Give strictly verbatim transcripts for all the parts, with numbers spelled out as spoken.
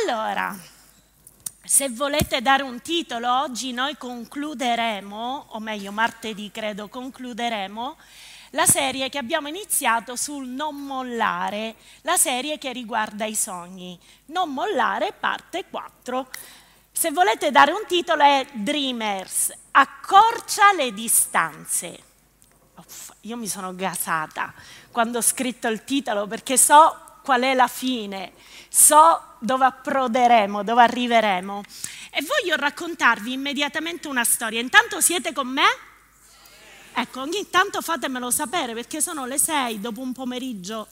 Allora, se volete dare un titolo, oggi noi concluderemo, o meglio martedì credo concluderemo, la serie che abbiamo iniziato sul non mollare, la serie che riguarda i sogni. Non mollare, parte quattro. Se volete dare un titolo è Dreamers, accorcia le distanze. Uff, io mi sono gasata quando ho scritto il titolo perché so qual è la fine, so dove approderemo, dove arriveremo. E voglio raccontarvi immediatamente una storia. Intanto siete con me? Ecco, ogni tanto fatemelo sapere perché sono le sei dopo un pomeriggio,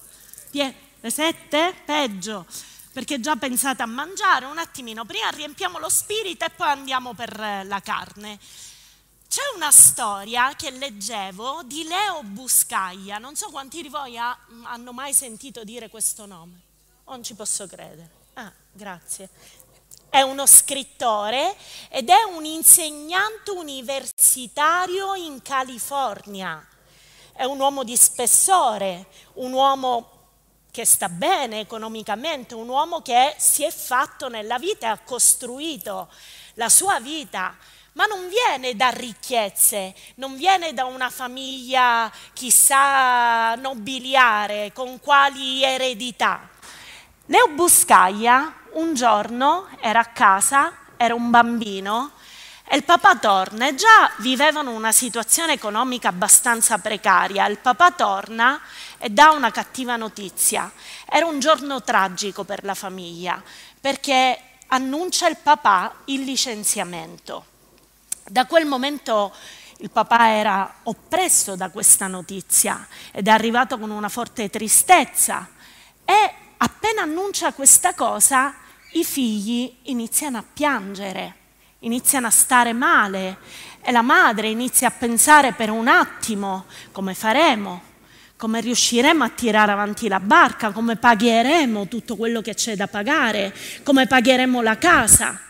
le sette? Peggio, perché già pensate a mangiare un attimino, prima riempiamo lo spirito e poi andiamo per la carne. C'è una storia che leggevo di Leo Buscaglia, non so quanti di voi ha, hanno mai sentito dire questo nome, non ci posso credere, ah, grazie. È uno scrittore ed è un insegnante universitario in California. È un uomo di spessore, un uomo che sta bene economicamente, un uomo che si è fatto nella vita e ha costruito la sua vita, ma non viene da ricchezze, non viene da una famiglia chissà nobiliare, con quali eredità. Leo Buscaglia un giorno era a casa, era un bambino, e il papà torna, e già vivevano una situazione economica abbastanza precaria. Il papà torna e dà una cattiva notizia. Era un giorno tragico per la famiglia, perché annuncia il papà il licenziamento. Da quel momento il papà era oppresso da questa notizia ed è arrivato con una forte tristezza e appena annuncia questa cosa i figli iniziano a piangere, iniziano a stare male e la madre inizia a pensare per un attimo come faremo, come riusciremo a tirare avanti la barca, come pagheremo tutto quello che c'è da pagare, come pagheremo la casa.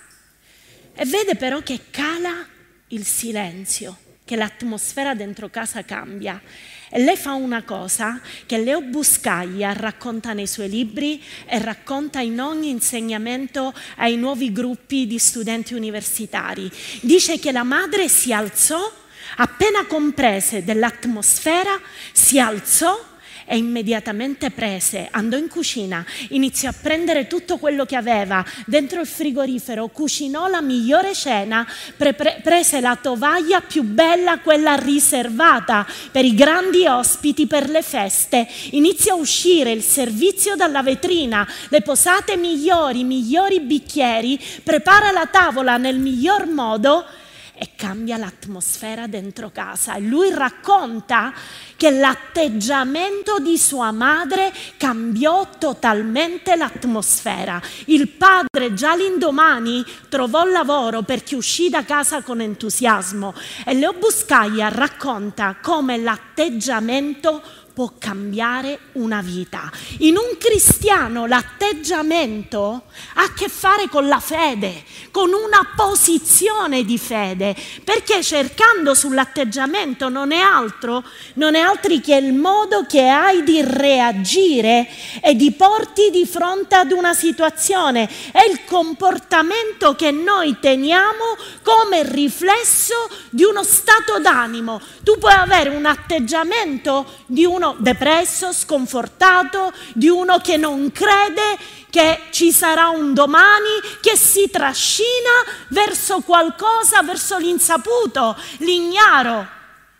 E vede però che cala il silenzio, che l'atmosfera dentro casa cambia. E lei fa una cosa che Leo Buscaglia racconta nei suoi libri e racconta in ogni insegnamento ai nuovi gruppi di studenti universitari. Dice che la madre si alzò, appena comprese dell'atmosfera, si alzò e immediatamente prese, andò in cucina, iniziò a prendere tutto quello che aveva dentro il frigorifero, cucinò la migliore cena, pre- pre- prese la tovaglia più bella, quella riservata per i grandi ospiti, per le feste, inizia a uscire il servizio dalla vetrina, le posate migliori, i migliori bicchieri, prepara la tavola nel miglior modo e cambia l'atmosfera dentro casa. E lui racconta che l'atteggiamento di sua madre cambiò totalmente l'atmosfera. Il padre già l'indomani trovò lavoro perché uscì da casa con entusiasmo. E Leo Buscaglia racconta come l'atteggiamento può cambiare una vita. In un cristiano l'atteggiamento ha a che fare con la fede, con una posizione di fede, perché cercando sull'atteggiamento non è altro, non è altri che il modo che hai di reagire e di porti di fronte ad una situazione, è il comportamento che noi teniamo come riflesso di uno stato d'animo. Tu puoi avere un atteggiamento di uno depresso, sconfortato, di uno che non crede che ci sarà un domani, che si trascina verso qualcosa, verso l'insaputo, l'ignaro.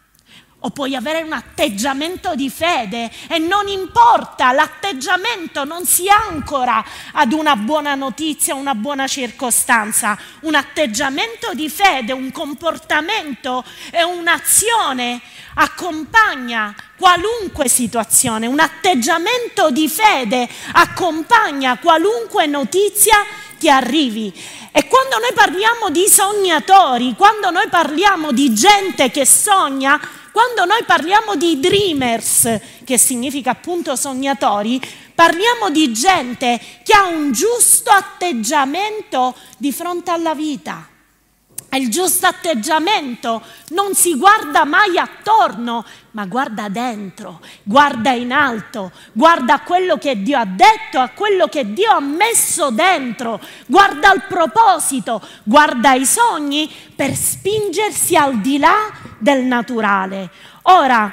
O puoi avere un atteggiamento di fede e non importa, l'atteggiamento non si ancora ad una buona notizia, una buona circostanza. Un atteggiamento di fede, un comportamento e un'azione accompagna qualunque situazione. Un atteggiamento di fede accompagna qualunque notizia ti arrivi. E quando noi parliamo di sognatori, quando noi parliamo di gente che sogna, quando noi parliamo di dreamers, che significa appunto sognatori, parliamo di gente che ha un giusto atteggiamento di fronte alla vita. è il giusto atteggiamento, non si guarda mai attorno, ma guarda dentro, guarda in alto, guarda a quello che Dio ha detto, a quello che Dio ha messo dentro, guarda al proposito, guarda ai sogni per spingersi al di là del naturale. Ora,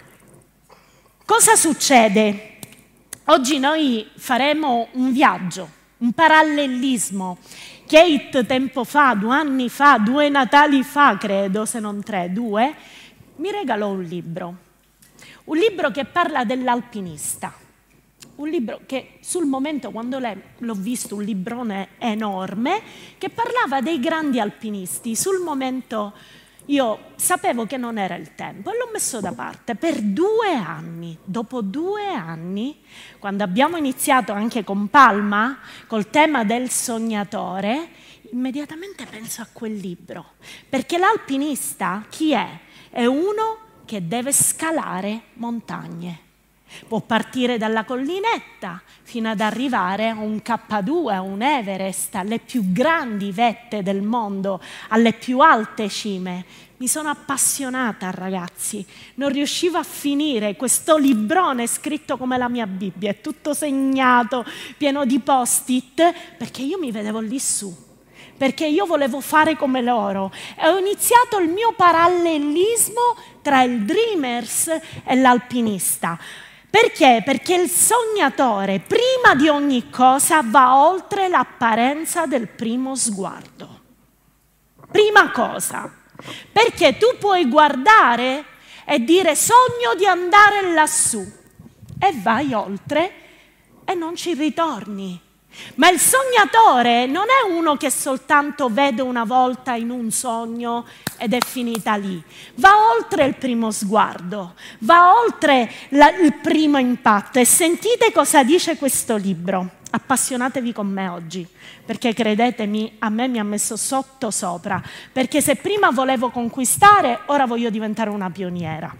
cosa succede? Oggi noi faremo un viaggio, un parallelismo. Kate tempo fa, due anni fa, due Natali fa, credo, se non tre, due, mi regalò un libro. Un libro che parla dell'alpinista. Un libro che sul momento, quando l'ho visto, un librone enorme, che parlava dei grandi alpinisti. Sul momento io sapevo che non era il tempo e l'ho messo da parte per due anni. Dopo due anni, quando abbiamo iniziato anche con Palma, col tema del sognatore, immediatamente penso a quel libro. Perché l'alpinista chi è? È uno che deve scalare montagne. Può partire dalla collinetta fino ad arrivare a un K due, a un Everest, alle più grandi vette del mondo, alle più alte cime. Mi sono appassionata, ragazzi, non riuscivo a finire questo librone scritto come la mia Bibbia, è tutto segnato, pieno di post-it, perché io mi vedevo lì su, perché io volevo fare come loro. E ho iniziato il mio parallelismo tra il dreamers e l'alpinista. Perché? Perché il sognatore, prima di ogni cosa, va oltre l'apparenza del primo sguardo. Prima cosa. Perché tu puoi guardare e dire sogno di andare lassù e vai oltre e non ci ritorni. Ma il sognatore non è uno che soltanto vede una volta in un sogno ed è finita lì. Va oltre il primo sguardo, va oltre la, il primo impatto. E sentite cosa dice questo libro. Appassionatevi con me oggi, perché credetemi, a me mi ha messo sotto sopra. Perché se prima volevo conquistare, ora voglio diventare una pioniera.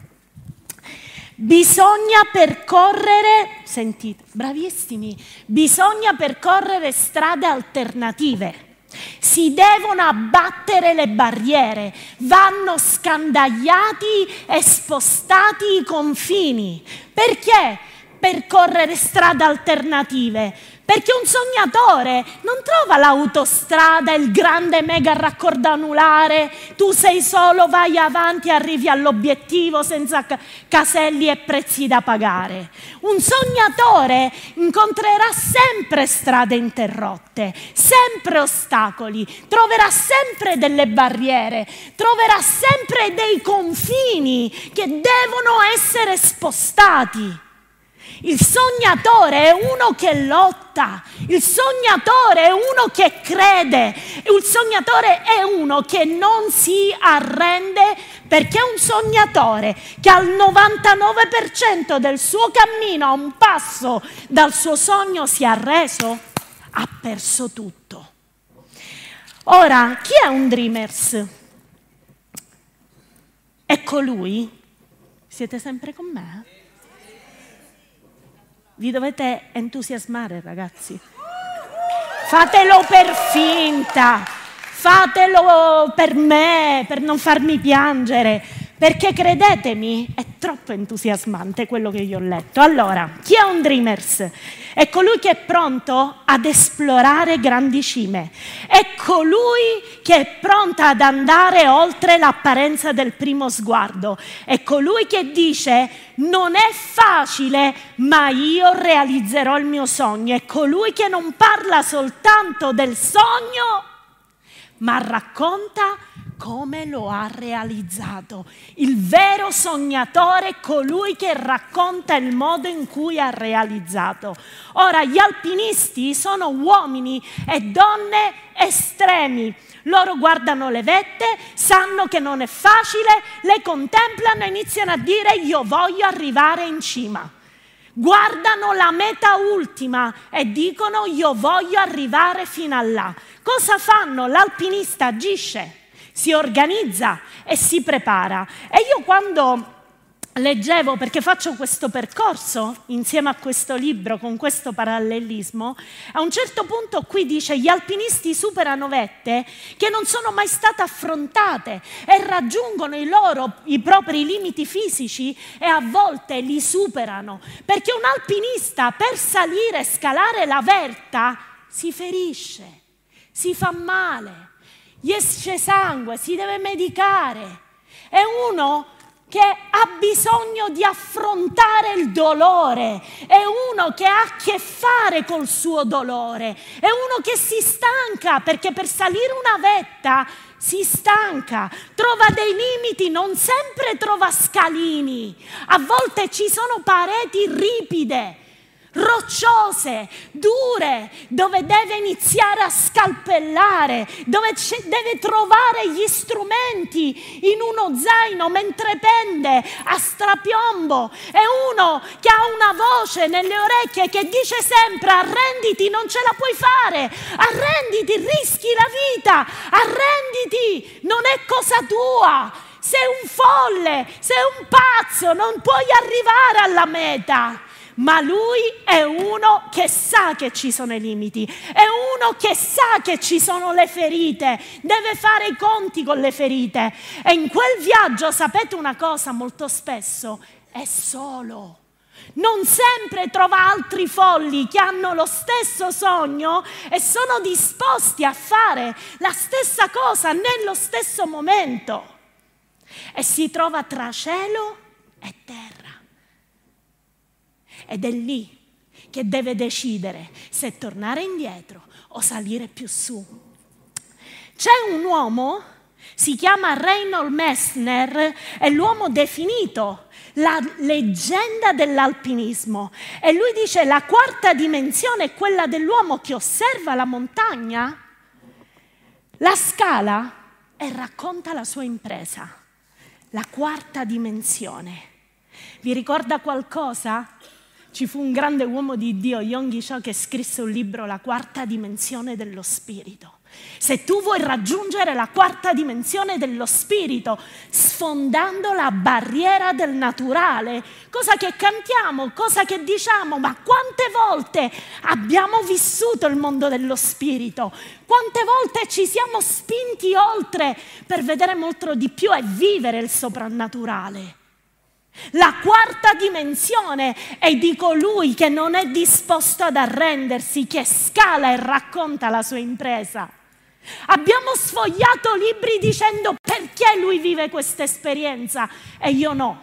Bisogna percorrere, sentite, bravissimi, bisogna percorrere strade alternative. Si devono abbattere le barriere, vanno scandagliati e spostati i confini. Perché percorrere strade alternative? Perché un sognatore non trova l'autostrada, il grande mega raccordo anulare, tu sei solo, vai avanti e arrivi all'obiettivo senza caselli e prezzi da pagare. Un sognatore incontrerà sempre strade interrotte, sempre ostacoli, troverà sempre delle barriere, troverà sempre dei confini che devono essere spostati. Il sognatore è uno che lotta, il sognatore è uno che crede, il sognatore è uno che non si arrende, perché è un sognatore che al novantanove per cento del suo cammino, a un passo dal suo sogno, si è arreso, ha perso tutto. Ora, chi è un dreamers? È colui? Siete sempre con me? Vi dovete entusiasmare, ragazzi. Fatelo per finta, fatelo per me, per non farmi piangere, perché credetemi, è troppo entusiasmante quello che io ho letto. Allora, chi è un dreamers? È colui che è pronto ad esplorare grandi cime, è colui che è pronto ad andare oltre l'apparenza del primo sguardo, è colui che dice non è facile, ma io realizzerò il mio sogno, è colui che non parla soltanto del sogno, ma racconta come lo ha realizzato. Il vero sognatore è colui che racconta il modo in cui ha realizzato. Ora, gli alpinisti sono uomini e donne estremi. Loro guardano le vette, sanno che non è facile, le contemplano e iniziano a dire io voglio arrivare in cima. Guardano la meta ultima e dicono io voglio arrivare fino a là. Cosa fanno? L'alpinista agisce, si organizza e si prepara. E io quando leggevo, perché faccio questo percorso insieme a questo libro, con questo parallelismo, a un certo punto qui dice: gli alpinisti superano vette che non sono mai state affrontate e raggiungono i loro, i propri limiti fisici, e a volte li superano, perché un alpinista per salire e scalare la vetta si ferisce, si fa male, gli esce sangue, si deve medicare. È uno che ha bisogno di affrontare il dolore, è uno che ha a che fare col suo dolore, è uno che si stanca, perché per salire una vetta si stanca, trova dei limiti, non sempre trova scalini, a volte ci sono pareti ripide, rocciose, dure, dove deve iniziare a scalpellare, dove deve trovare gli strumenti in uno zaino mentre pende a strapiombo. È uno che ha una voce nelle orecchie che dice sempre: arrenditi, non ce la puoi fare, arrenditi, rischi la vita, arrenditi, non è cosa tua, sei un folle, sei un pazzo, non puoi arrivare alla meta. Ma lui è uno che sa che ci sono i limiti, è uno che sa che ci sono le ferite, deve fare i conti con le ferite. E in quel viaggio, sapete una cosa, molto spesso è solo. Non sempre trova altri folli che hanno lo stesso sogno e sono disposti a fare la stessa cosa nello stesso momento. E si trova tra cielo e terra. Ed è lì che deve decidere se tornare indietro o salire più su. C'è un uomo, si chiama Reinhold Messner, è l'uomo definito la leggenda dell'alpinismo. E lui dice: la quarta dimensione è quella dell'uomo che osserva la montagna, la scala e racconta la sua impresa. La quarta dimensione. Vi ricorda qualcosa? Ci fu un grande uomo di Dio, Yonggi Cho, che scrisse un libro, La quarta dimensione dello spirito. Se tu vuoi raggiungere la quarta dimensione dello spirito, sfondando la barriera del naturale, cosa che cantiamo, cosa che diciamo, ma quante volte abbiamo vissuto il mondo dello spirito? Quante volte ci siamo spinti oltre per vedere molto di più e vivere il soprannaturale? La quarta dimensione è di colui che non è disposto ad arrendersi, che scala e racconta la sua impresa. Abbiamo sfogliato libri dicendo perché lui vive questa esperienza e io no.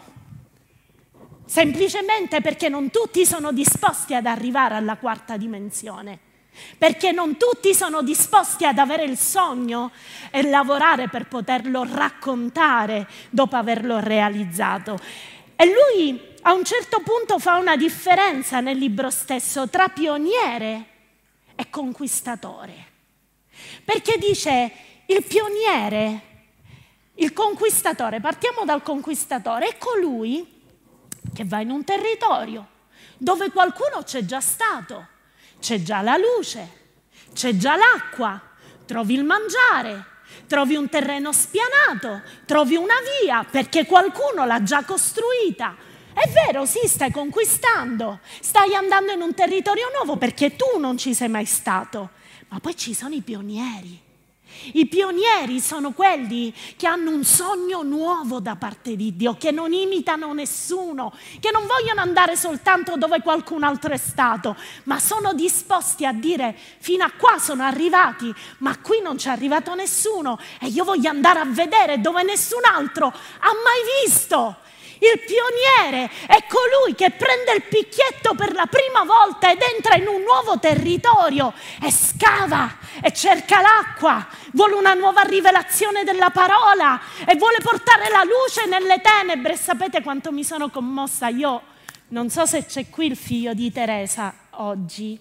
Semplicemente perché non tutti sono disposti ad arrivare alla quarta dimensione, perché non tutti sono disposti ad avere il sogno e lavorare per poterlo raccontare dopo averlo realizzato. E lui a un certo punto fa una differenza nel libro stesso tra pioniere e conquistatore. Perché dice il pioniere, il conquistatore, partiamo dal conquistatore, è colui che va in un territorio dove qualcuno c'è già stato, c'è già la luce, c'è già l'acqua, trovi il mangiare, trovi un terreno spianato, trovi una via perché qualcuno l'ha già costruita. È vero, sì, stai conquistando, stai andando in un territorio nuovo perché tu non ci sei mai stato. Ma poi ci sono i pionieri. I pionieri sono quelli che hanno un sogno nuovo da parte di Dio, che non imitano nessuno, che non vogliono andare soltanto dove qualcun altro è stato, ma sono disposti a dire: fino a qua sono arrivati, ma qui non c'è arrivato nessuno e io voglio andare a vedere dove nessun altro ha mai visto. Il pioniere è colui che prende il picchietto per la prima volta ed entra in un nuovo territorio e scava e cerca l'acqua, vuole una nuova rivelazione della parola e vuole portare la luce nelle tenebre. E sapete quanto mi sono commossa? Io non so se c'è qui il figlio di Teresa oggi,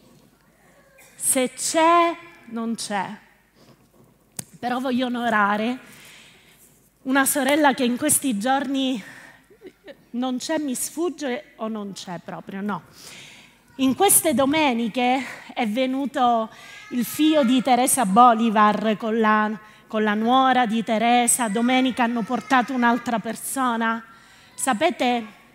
se c'è, non c'è, però voglio onorare una sorella che in questi giorni non c'è, mi sfugge o non c'è proprio, no. In queste domeniche è venuto il figlio di Teresa Bolivar con la, con la nuora di Teresa. Domenica hanno portato un'altra persona. Sapete,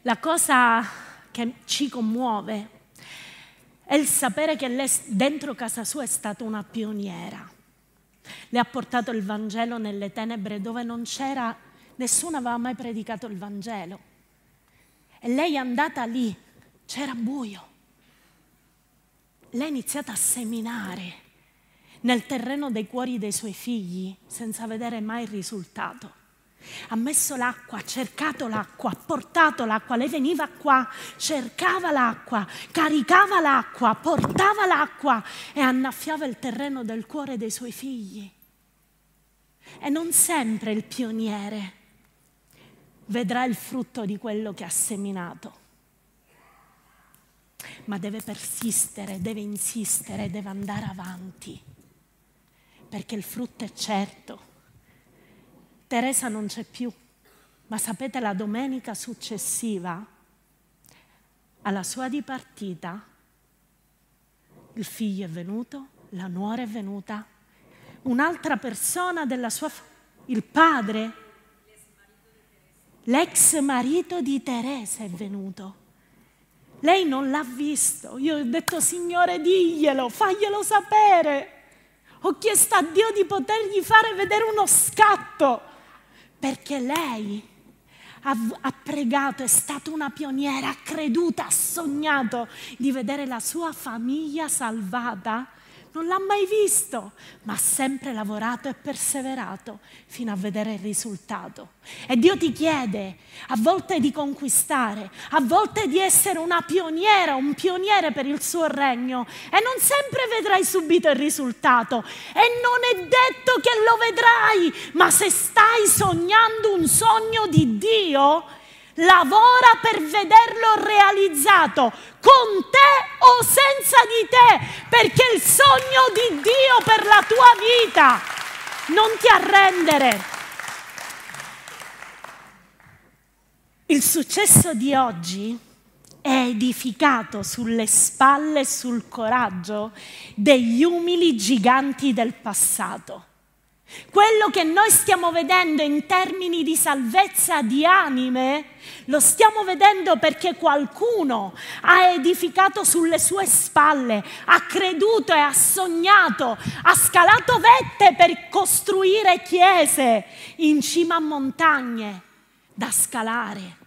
La cosa che ci commuove è il sapere che lei dentro casa sua è stata una pioniera. Le ha portato il Vangelo nelle tenebre dove non c'era, nessuno aveva mai predicato il Vangelo. E lei è andata lì, c'era buio. Lei ha iniziato a seminare nel terreno dei cuori dei suoi figli senza vedere mai il risultato. Ha messo l'acqua, ha cercato l'acqua, ha portato l'acqua, lei veniva qua, cercava l'acqua, caricava l'acqua, portava l'acqua e annaffiava il terreno del cuore dei suoi figli. E non sempre il pioniere vedrà il frutto di quello che ha seminato, ma deve persistere, deve insistere, deve andare avanti, perché il frutto è certo. Teresa non c'è più, ma sapete, la domenica successiva alla sua dipartita il figlio è venuto, la nuora è venuta, un'altra persona della sua famiglia, il padre, l'ex marito di Teresa è venuto. Lei non l'ha visto. Io ho detto: Signore, diglielo, faglielo sapere. Ho chiesto a Dio di potergli fare vedere uno scatto, perché lei ha, ha pregato, è stata una pioniera, ha creduto, ha sognato di vedere la sua famiglia salvata. Non l'ha mai visto, ma ha sempre lavorato e perseverato fino a vedere il risultato. E Dio ti chiede a volte di conquistare, a volte di essere una pioniera, un pioniere per il suo regno, e non sempre vedrai subito il risultato e non è detto che lo vedrai, ma se stai sognando un sogno di Dio, lavora per vederlo realizzato, con te o senza di te, perché il sogno di Dio per la tua vita. Non ti arrendere. Il successo di oggi è edificato sulle spalle e sul coraggio degli umili giganti del passato. Quello che noi stiamo vedendo in termini di salvezza di anime, lo stiamo vedendo perché qualcuno ha edificato sulle sue spalle, ha creduto e ha sognato, ha scalato vette per costruire chiese in cima a montagne da scalare.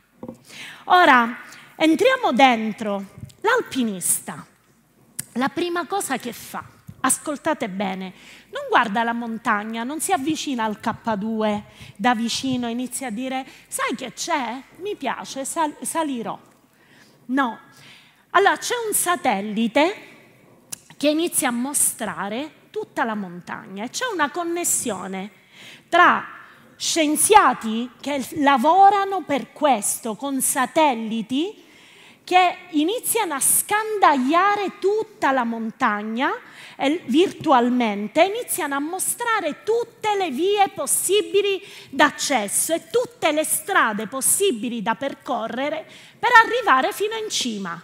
Ora, entriamo dentro. L'alpinista, la prima cosa che fa, ascoltate bene, non guarda la montagna, non si avvicina al K due da vicino e inizia a dire: sai che c'è? Mi piace, sal- salirò. No. Allora c'è un satellite che inizia a mostrare tutta la montagna e c'è una connessione tra scienziati che lavorano per questo con satelliti che iniziano a scandagliare tutta la montagna eh, virtualmente, iniziano a mostrare tutte le vie possibili d'accesso e tutte le strade possibili da percorrere per arrivare fino in cima.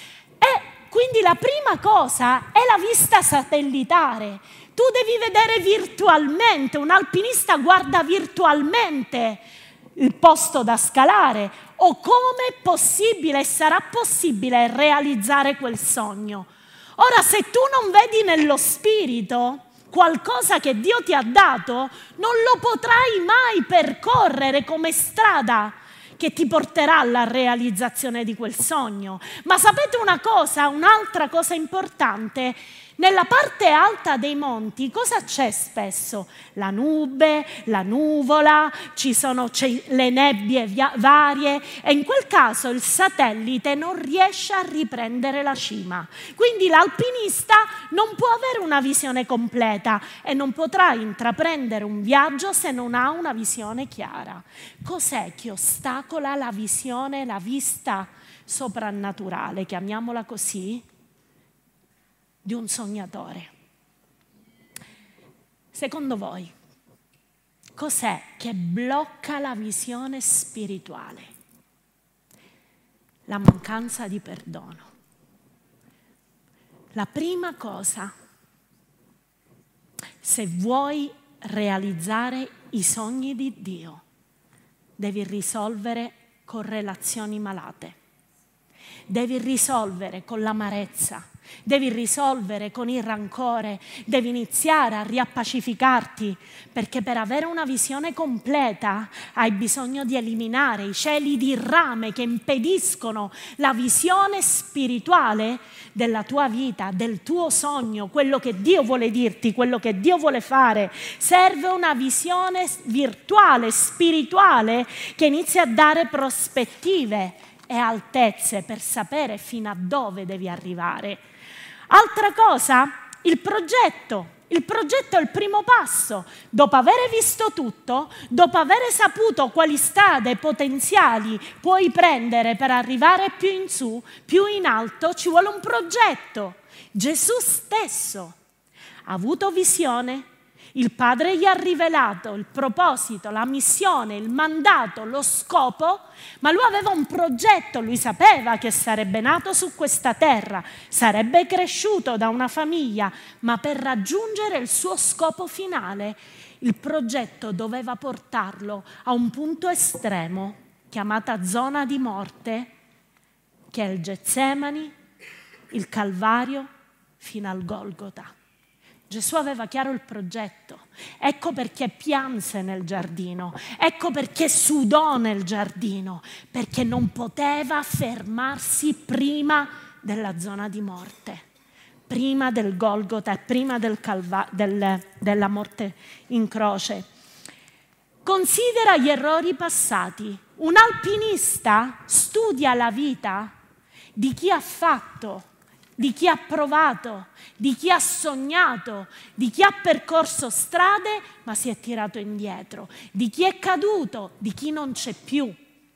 E quindi la prima cosa è la vista satellitare. Tu devi vedere virtualmente, un alpinista guarda virtualmente il posto da scalare o come è possibile e sarà possibile realizzare quel sogno. Ora, se tu non vedi nello spirito qualcosa che Dio ti ha dato, non lo potrai mai percorrere come strada che ti porterà alla realizzazione di quel sogno. Ma sapete una cosa, un'altra cosa importante? Nella parte alta dei monti cosa c'è spesso? La nube, la nuvola, ci sono le nebbie via- varie e in quel caso il satellite non riesce a riprendere la cima. Quindi l'alpinista non può avere una visione completa e non potrà intraprendere un viaggio se non ha una visione chiara. Cos'è che ostacola la visione, la vista soprannaturale, chiamiamola così, di un sognatore? Secondo voi, cos'è che blocca la visione spirituale? La mancanza di perdono. La prima cosa, se vuoi realizzare i sogni di Dio, devi risolvere con relazioni malate. Devi risolvere con l'amarezza, devi risolvere con il rancore, devi iniziare a riappacificarti, perché per avere una visione completa hai bisogno di eliminare i celi di rame che impediscono la visione spirituale della tua vita, del tuo sogno, quello che Dio vuole dirti, quello che Dio vuole fare. Serve una visione virtuale, spirituale, che inizia a dare prospettive e altezze per sapere fino a dove devi arrivare. Altra cosa, il progetto. Il progetto è il primo passo. Dopo aver visto tutto, dopo aver saputo quali strade potenziali puoi prendere per arrivare più in su, più in alto, ci vuole un progetto. Gesù stesso ha avuto visione. Il Padre gli ha rivelato il proposito, la missione, il mandato, lo scopo, ma lui aveva un progetto, lui sapeva che sarebbe nato su questa terra, sarebbe cresciuto da una famiglia, ma per raggiungere il suo scopo finale, il progetto doveva portarlo a un punto estremo, chiamata zona di morte, che è il Getsemani, il Calvario, fino al Golgota. Gesù aveva chiaro il progetto, ecco perché pianse nel giardino, ecco perché sudò nel giardino, perché non poteva fermarsi prima della zona di morte, prima del Golgota e prima del Calva- del, della morte in croce. Considera gli errori passati. Un alpinista studia la vita di chi ha fatto, di chi ha provato, di chi ha sognato, di chi ha percorso strade ma si è tirato indietro, di chi è caduto, di chi non c'è più.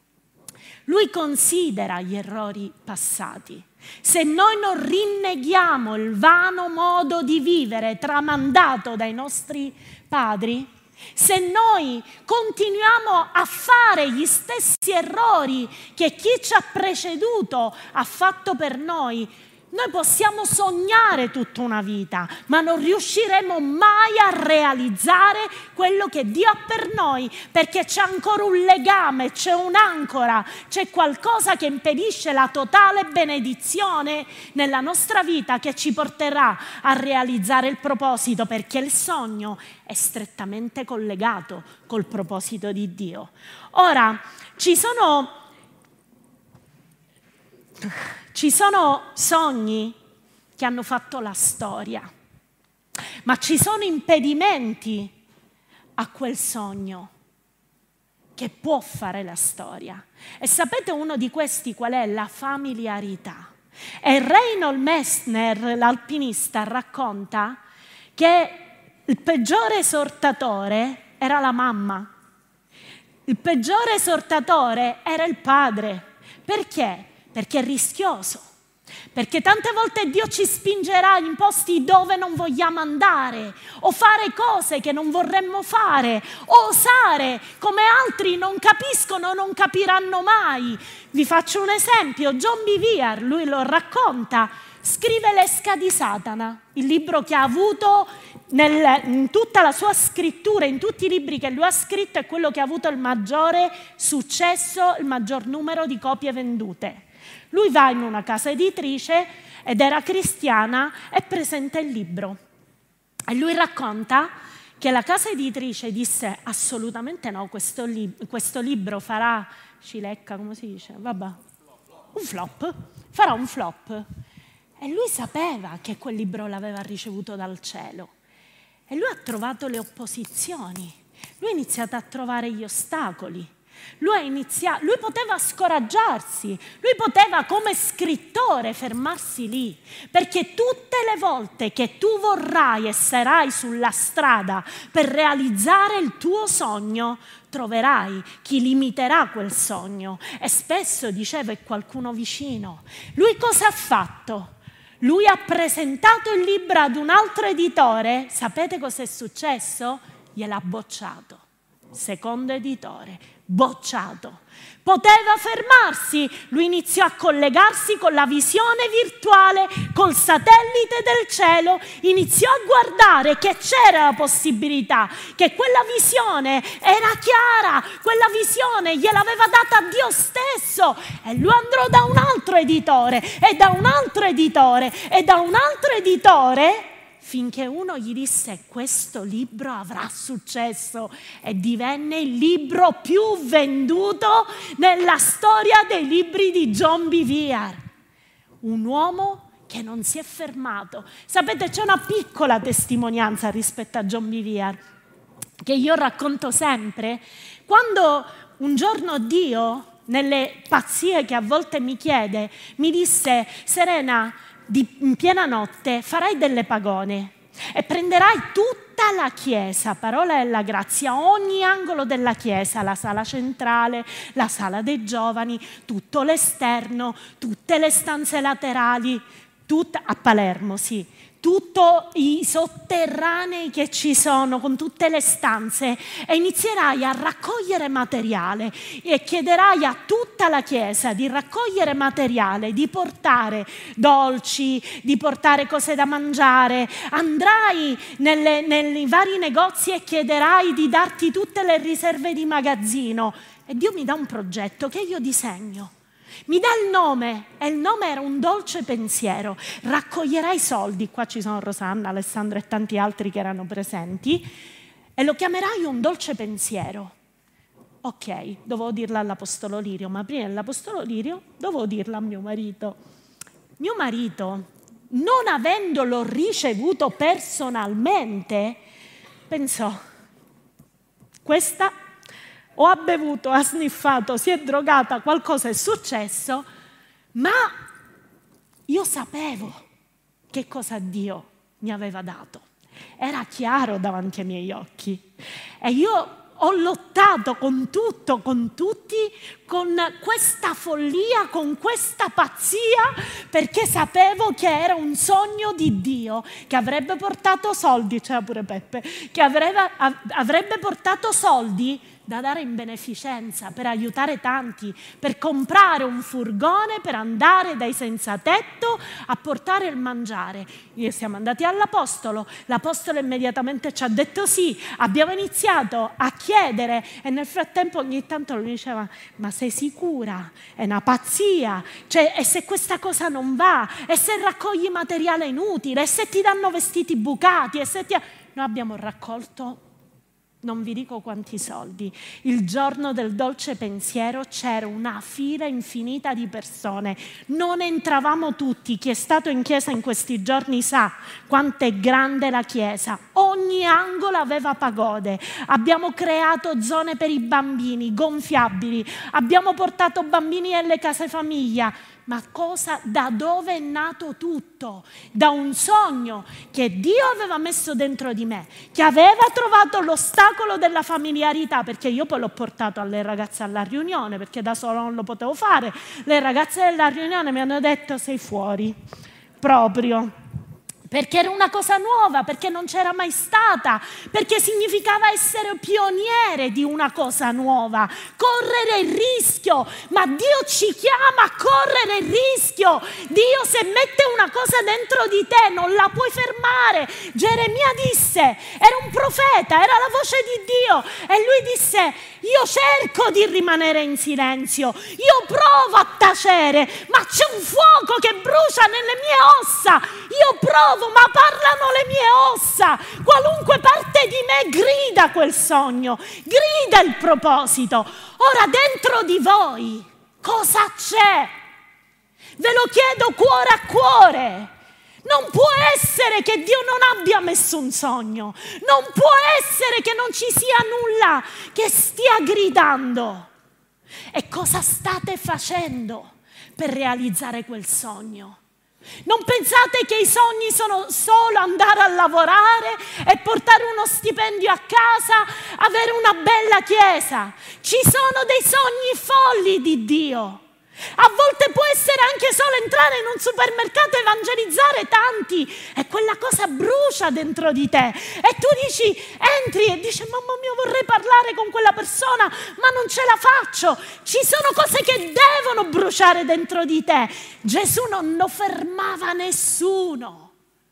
Lui considera gli errori passati. Se noi non rinneghiamo il vano modo di vivere tramandato dai nostri padri, se noi continuiamo a fare gli stessi errori che chi ci ha preceduto ha fatto per noi, noi possiamo sognare tutta una vita, ma non riusciremo mai a realizzare quello che Dio ha per noi, perché c'è ancora un legame, c'è un'ancora, c'è qualcosa che impedisce la totale benedizione nella nostra vita, che ci porterà a realizzare il proposito, perché il sogno è strettamente collegato col proposito di Dio. Ora, ci sono... Ci sono sogni che hanno fatto la storia, ma ci sono impedimenti a quel sogno che può fare la storia. E sapete uno di questi qual è? La familiarità. E Reinhold Messner, l'alpinista, racconta che il peggiore esortatore era la mamma, il peggiore esortatore era il padre. Perché? Perché è rischioso, perché tante volte Dio ci spingerà in posti dove non vogliamo andare, o fare cose che non vorremmo fare, o osare come altri non capiscono, non capiranno mai. Vi faccio un esempio: John Bevere, lui lo racconta, scrive L'esca di Satana, il libro che ha avuto nel, in tutta la sua scrittura, in tutti i libri che lui ha scritto, è quello che ha avuto il maggiore successo, il maggior numero di copie vendute. Lui va in una casa editrice ed era cristiana e presenta il libro. E lui racconta che la casa editrice disse: assolutamente no, questo, lib- questo libro farà cilecca, come si dice? Vabbè, un flop, farà un flop. E lui sapeva che quel libro l'aveva ricevuto dal cielo. E lui ha trovato le opposizioni, lui ha iniziato a trovare gli ostacoli. Lui, ha iniziato, lui poteva scoraggiarsi, lui poteva come scrittore fermarsi lì, perché tutte le volte che tu vorrai e sarai sulla strada per realizzare il tuo sogno, troverai chi limiterà quel sogno. E spesso, diceva, è qualcuno vicino. Lui cosa ha fatto? Lui ha presentato il libro ad un altro editore, sapete cosa è successo? Gliel'ha bocciato. secondo editore, bocciato. Poteva fermarsi, lui iniziò a collegarsi con la visione virtuale, col satellite del cielo, iniziò a guardare che c'era la possibilità, che quella visione era chiara, quella visione gliel'aveva data Dio stesso, e lui andò da un altro editore, e da un altro editore, e da un altro editore, finché uno gli disse: questo libro avrà successo, e divenne il libro più venduto nella storia dei libri di John Bevere. Un uomo che non si è fermato. Sapete, c'è una piccola testimonianza rispetto a John Bevere che io racconto sempre. Quando un giorno Dio, nelle pazzie che a volte mi chiede, mi disse: Serena, Di, in piena notte farai delle pagone e prenderai tutta la chiesa, parola della grazia, ogni angolo della chiesa, la sala centrale, la sala dei giovani, tutto l'esterno, tutte le stanze laterali, tutta, a Palermo, sì, tutti i sotterranei che ci sono, con tutte le stanze, e inizierai a raccogliere materiale e chiederai a tutta la chiesa di raccogliere materiale, di portare dolci, di portare cose da mangiare. Andrai nelle, nei vari negozi e chiederai di darti tutte le riserve di magazzino, e Dio mi dà un progetto che io disegno. Mi dà il nome, e il nome era Un dolce pensiero. Raccoglierai soldi, qua ci sono Rosanna, Alessandro e tanti altri che erano presenti, e lo chiamerai Un dolce pensiero. Ok, dovevo dirla all'Apostolo Lirio, ma prima dell'Apostolo Lirio dovevo dirla a mio marito. Mio marito, non avendolo ricevuto personalmente, pensò: questa o ha bevuto, ha sniffato, si è drogata, qualcosa è successo, ma io sapevo che cosa Dio mi aveva dato. Era chiaro davanti ai miei occhi. E io ho lottato con tutto, con tutti, con questa follia, con questa pazzia, perché sapevo che era un sogno di Dio, che avrebbe portato soldi, c'era pure Peppe, che avrebbe, avrebbe portato soldi da dare in beneficenza, per aiutare tanti, per comprare un furgone, per andare dai senza tetto a portare il mangiare. Io siamo andati all'Apostolo, l'Apostolo immediatamente ci ha detto sì, abbiamo iniziato a chiedere, e nel frattempo ogni tanto lui diceva: ma sei sicura? È una pazzia, cioè, e se questa cosa non va, e se raccogli materiale inutile, e se ti danno vestiti bucati, e se ti... Noi abbiamo raccolto non vi dico quanti soldi. Il giorno del dolce pensiero c'era una fila infinita di persone. Non entravamo tutti. Chi è stato in chiesa in questi giorni sa quanto è grande la chiesa. Ogni angolo aveva pagode. Abbiamo creato zone per i bambini gonfiabili. Abbiamo portato bambini nelle case famiglia. Ma cosa, da dove è nato tutto? Da un sogno che Dio aveva messo dentro di me, che aveva trovato l'ostacolo della familiarità, perché io poi l'ho portato alle ragazze alla riunione, perché da solo non lo potevo fare. Le ragazze della riunione mi hanno detto: sei fuori, proprio. Perché era una cosa nuova, perché non c'era mai stata, perché significava essere pioniere di una cosa nuova, correre il rischio. Ma Dio ci chiama a correre il rischio. Dio, se mette una cosa dentro di te, non la puoi fermare. Geremia disse, era un profeta, era la voce di Dio, e lui disse: io cerco di rimanere in silenzio, io provo a tacere, ma c'è un fuoco che brucia nelle mie ossa. Io provo, ma parlano le mie ossa. Qualunque parte di me grida quel sogno, grida il proposito. Ora dentro di voi cosa c'è? Ve lo chiedo cuore a cuore. Non può essere che Dio non abbia messo un sogno, non può essere che non ci sia nulla che stia gridando. E cosa state facendo per realizzare quel sogno? Non pensate che i sogni sono solo andare a lavorare e portare uno stipendio a casa, avere una bella chiesa. Ci sono dei sogni folli di Dio. A volte può essere anche solo entrare in un supermercato e evangelizzare tanti e quella cosa brucia dentro di te e tu dici, entri e dici mamma mia vorrei parlare con quella persona ma non ce la faccio. Ci sono cose che devono bruciare dentro di te. Gesù non lo fermava nessuno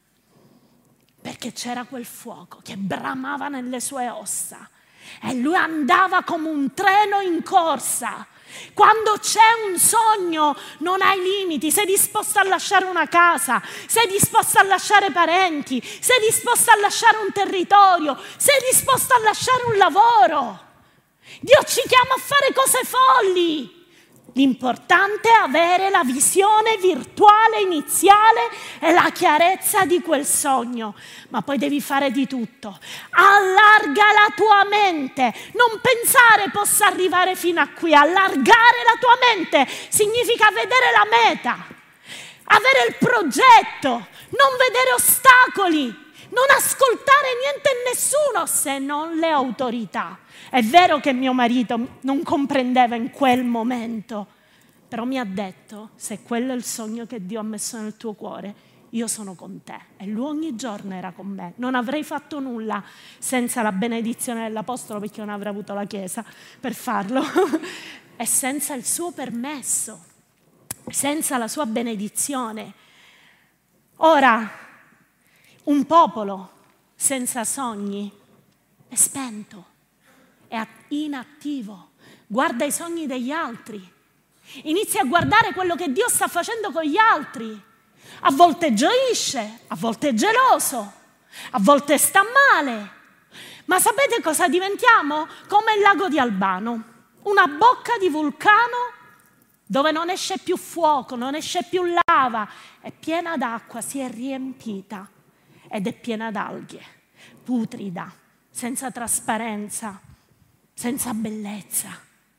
perché c'era quel fuoco che bramava nelle sue ossa e lui andava come un treno in corsa. Quando c'è un sogno non hai limiti, sei disposto a lasciare una casa, sei disposto a lasciare parenti, sei disposto a lasciare un territorio, sei disposto a lasciare un lavoro. Dio ci chiama a fare cose folli. L'importante è avere la visione virtuale iniziale e la chiarezza di quel sogno, ma poi devi fare di tutto. Allarga la tua mente, non pensare possa arrivare fino a qui, allargare la tua mente significa vedere la meta, avere il progetto, non vedere ostacoli, non ascoltare niente e nessuno se non le autorità. È vero che mio marito non comprendeva in quel momento, però mi ha detto, se quello è il sogno che Dio ha messo nel tuo cuore, io sono con te. E lui ogni giorno era con me. Non avrei fatto nulla senza la benedizione dell'Apostolo, perché non avrei avuto la Chiesa per farlo, e senza il suo permesso, senza la sua benedizione. Ora, un popolo senza sogni è spento, è inattivo, guarda i sogni degli altri, inizia a guardare quello che Dio sta facendo con gli altri, a volte gioisce, a volte è geloso, a volte sta male, ma sapete cosa diventiamo? Come il lago di Albano, una bocca di vulcano dove non esce più fuoco, non esce più lava, è piena d'acqua, si è riempita ed è piena d'alghe, putrida, senza trasparenza, senza bellezza.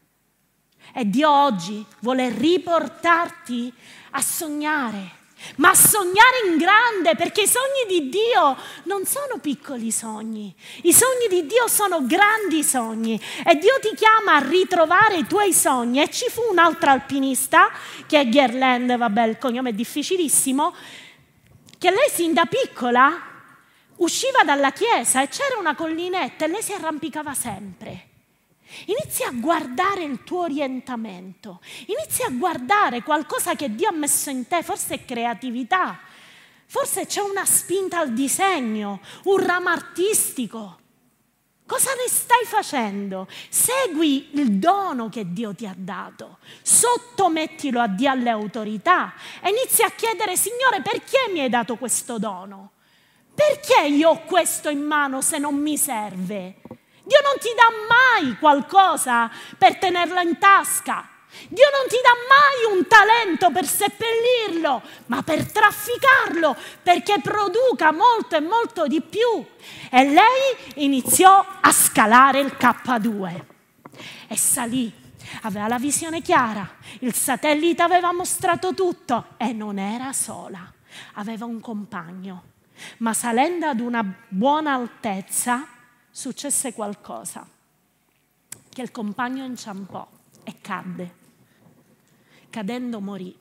E Dio oggi vuole riportarti a sognare, ma a sognare in grande, perché i sogni di Dio non sono piccoli sogni, i sogni di Dio sono grandi sogni e Dio ti chiama a ritrovare i tuoi sogni. E ci fu un'altra alpinista, che è Gerland, vabbè il cognome è difficilissimo, che lei sin da piccola usciva dalla chiesa e c'era una collinetta e lei si arrampicava sempre. Inizia a guardare il tuo orientamento, inizia a guardare qualcosa che Dio ha messo in te, forse è creatività, forse c'è una spinta al disegno, un ramo artistico. Cosa ne stai facendo? Segui il dono che Dio ti ha dato, sottomettilo a Dio, alle autorità e inizia a chiedere: Signore, perché mi hai dato questo dono? Perché io ho questo in mano se non mi serve? Dio non ti dà mai qualcosa per tenerla in tasca. Dio non ti dà mai un talento per seppellirlo, ma per trafficarlo, perché produca molto e molto di più. E lei iniziò a scalare il K due e salì. Aveva la visione chiara, il satellite aveva mostrato tutto e non era sola, aveva un compagno. Ma salendo ad una buona altezza successe qualcosa, che il compagno inciampò e cadde. Cadendo morì.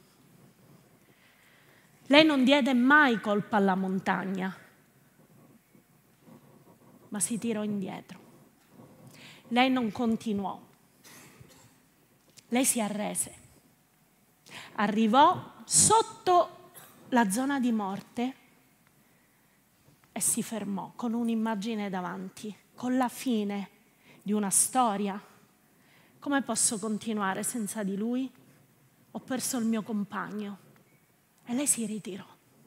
Lei non diede mai colpa alla montagna, ma si tirò indietro. Lei non continuò. Lei si arrese. Arrivò sotto la zona di morte e si fermò con un'immagine davanti, con la fine di una storia. Come posso continuare senza di lui? Ho perso il mio compagno. E lei si ritirò.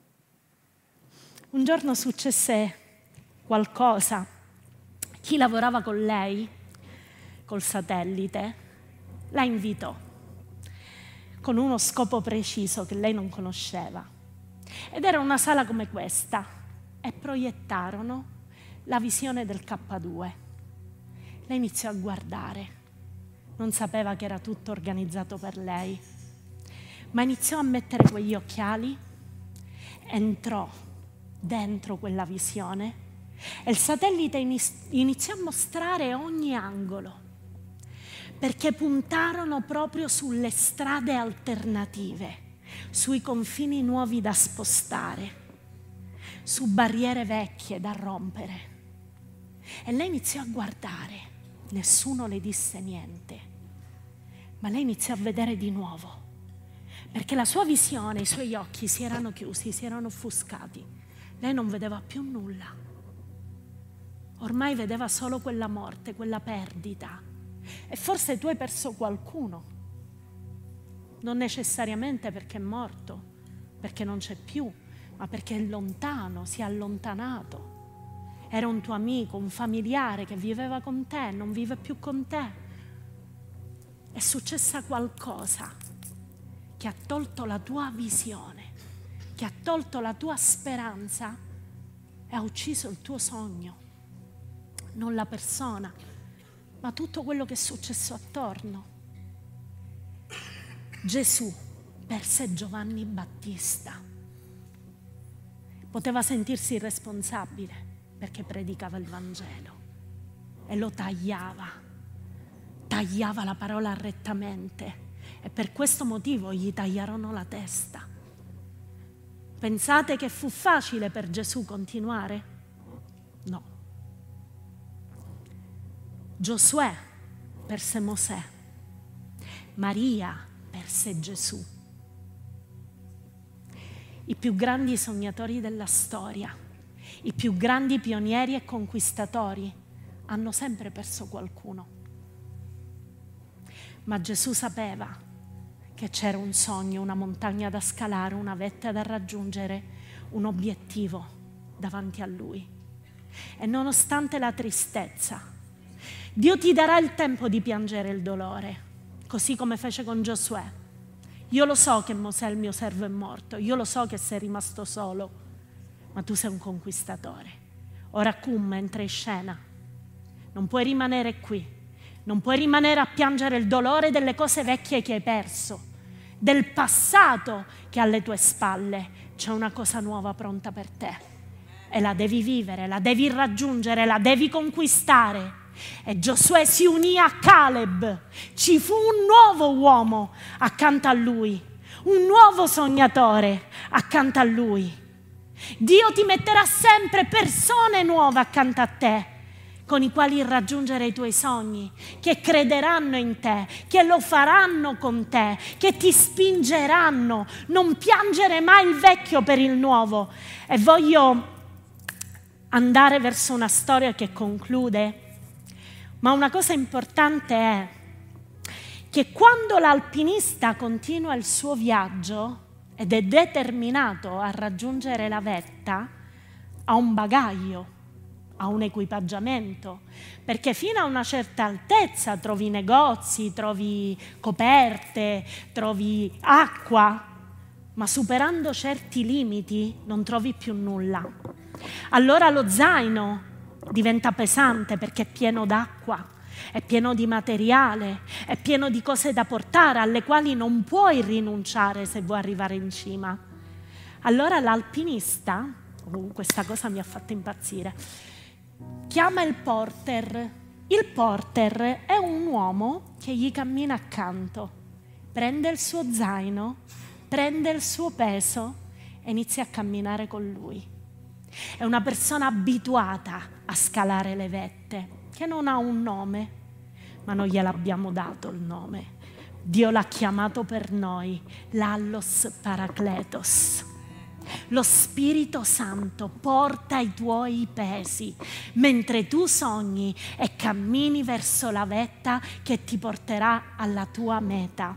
Un giorno successe qualcosa. Chi lavorava con lei, col satellite, la invitò con uno scopo preciso che lei non conosceva. Ed era una sala come questa e proiettarono la visione del K due. Lei iniziò a guardare, non sapeva che era tutto organizzato per lei, ma iniziò a mettere quegli occhiali, entrò dentro quella visione e il satellite iniziò a mostrare ogni angolo. perché puntarono proprio sulle strade alternative, sui confini nuovi da spostare, su barriere vecchie da rompere. E lei iniziò a guardare, nessuno le disse niente, ma lei iniziò a vedere di nuovo, perché la sua visione, i suoi occhi si erano chiusi, si erano offuscati. Lei non vedeva più nulla. Ormai vedeva solo quella morte, quella perdita. E forse tu hai perso qualcuno, non necessariamente perché è morto, perché non c'è più, ma perché è lontano, si è allontanato. Era un tuo amico, un familiare che viveva con te, non vive più con te. È successa qualcosa che ha tolto la tua visione, che ha tolto la tua speranza e ha ucciso il tuo sogno. Non la persona, ma tutto quello che è successo attorno. Gesù perse Giovanni Battista. Poteva sentirsi responsabile perché predicava il Vangelo e lo tagliava, tagliava la parola rettamente e per questo motivo gli tagliarono la testa. Pensate che fu facile per Gesù continuare? No. Giosuè perse Mosè, Maria perse Gesù. I più grandi sognatori della storia, i più grandi pionieri e conquistatori hanno sempre perso qualcuno. Ma Gesù sapeva che c'era un sogno, una montagna da scalare, una vetta da raggiungere, un obiettivo davanti a lui. E nonostante la tristezza, Dio ti darà il tempo di piangere il dolore, così come fece con Giosuè. Io lo so che Mosè, il mio servo, è morto, io lo so che sei rimasto solo, ma tu sei un conquistatore. Ora Cum entra in scena, non puoi rimanere qui, non puoi rimanere a piangere il dolore delle cose vecchie che hai perso, del passato che è alle tue spalle. C'è una cosa nuova pronta per te e la devi vivere, la devi raggiungere, la devi conquistare. E Giosuè si unì a Caleb, ci fu un nuovo uomo accanto a lui, un nuovo sognatore accanto a lui. Dio ti metterà sempre persone nuove accanto a te, con i quali raggiungere i tuoi sogni, che crederanno in te, che lo faranno con te, che ti spingeranno. Non piangere mai il vecchio per il nuovo. E voglio andare verso una storia che conclude. Ma una cosa importante è che quando l'alpinista continua il suo viaggio ed è determinato a raggiungere la vetta, ha un bagaglio, ha un equipaggiamento, perché fino a una certa altezza trovi negozi, trovi coperte, trovi acqua, ma superando certi limiti non trovi più nulla. Allora lo zaino diventa pesante perché è pieno d'acqua, è pieno di materiale, è pieno di cose da portare alle quali non puoi rinunciare se vuoi arrivare in cima. Allora l'alpinista, oh, questa cosa mi ha fatto impazzire, chiama il porter. Il porter è un uomo che gli cammina accanto, prende il suo zaino, prende il suo peso e inizia a camminare con lui. È una persona abituata a scalare le vette, che non ha un nome, ma noi gliel'abbiamo dato il nome. Dio l'ha chiamato per noi, l'Allos Parakletos. Lo Spirito Santo porta i tuoi pesi, mentre tu sogni e cammini verso la vetta che ti porterà alla tua meta.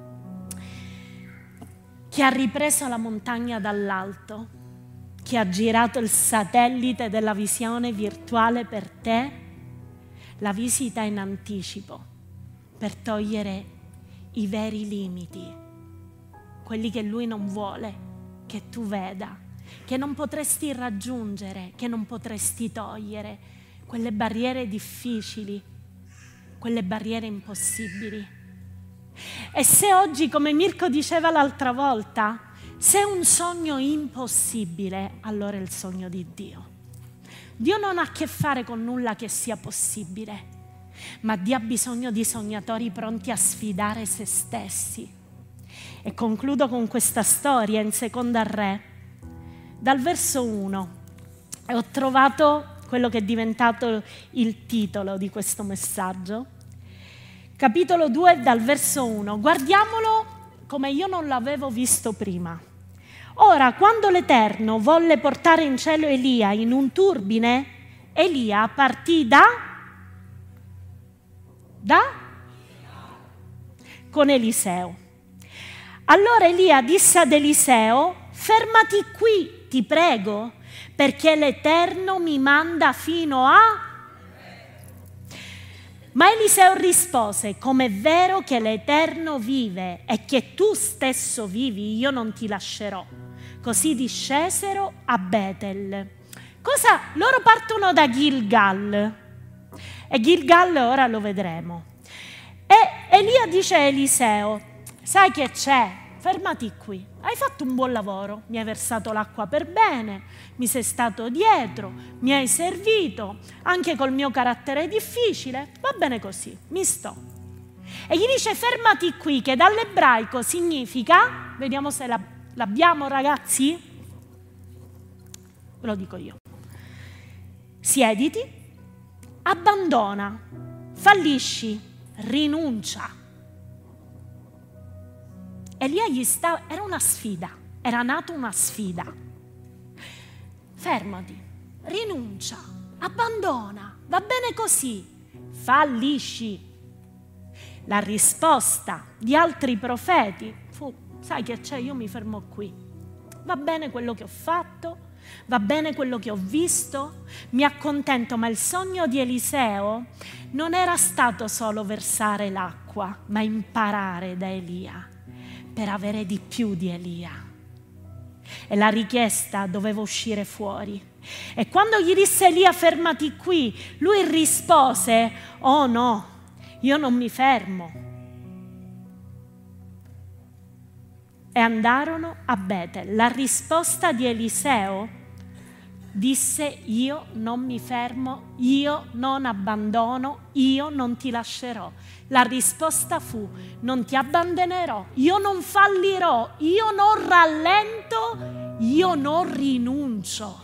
Chi ha ripreso la montagna dall'alto, chi ha girato il satellite della visione virtuale per te, la visita in anticipo per togliere i veri limiti, quelli che lui non vuole che tu veda, che non potresti raggiungere, che non potresti togliere, quelle barriere difficili, quelle barriere impossibili. E se oggi, come Mirko diceva l'altra volta, se è un sogno impossibile, allora è il sogno di Dio. Dio non ha a che fare con nulla che sia possibile. ma Dio ha bisogno di sognatori pronti a sfidare se stessi. E concludo con questa storia in Seconda Re, dal verso uno. E ho trovato quello che è diventato il titolo di questo messaggio. Capitolo due, dal verso uno. Guardiamolo come io non l'avevo visto prima. Ora, quando l'Eterno volle portare in cielo Elia in un turbine, Elia partì da... da? con Eliseo. Allora Elia disse ad Eliseo: fermati qui, ti prego, perché l'Eterno mi manda fino a... Ma Eliseo rispose: come è vero che l'Eterno vive e che tu stesso vivi, io non ti lascerò. Così discesero a Betel. Cosa? Loro partono da Gilgal. E Gilgal ora lo vedremo. E Elia dice a Eliseo: sai che c'è? Fermati qui. Hai fatto un buon lavoro, mi hai versato l'acqua per bene, mi sei stato dietro, mi hai servito, anche col mio carattere difficile, va bene così, mi sto. E gli dice: fermati qui, che dall'ebraico significa, vediamo se la, l'abbiamo ragazzi, ve lo dico io, siediti, abbandona, fallisci, rinuncia. Elia gli sta, era una sfida, era nata una sfida. Fermati, rinuncia, abbandona, va bene così, fallisci. La risposta di altri profeti fu: sai che c'è, io mi fermo qui. Va bene quello che ho fatto, va bene quello che ho visto, mi accontento, ma il sogno di Eliseo non era stato solo versare l'acqua, ma imparare da Elia, per avere di più di Elia. E la richiesta doveva uscire fuori. E quando gli disse Elia: fermati qui, lui rispose: oh no, io non mi fermo. E andarono a Betel. La risposta di Eliseo disse: io non mi fermo, io non abbandono, io non ti lascerò. La risposta fu: non ti abbandonerò, io non fallirò, io non rallento, io non rinuncio.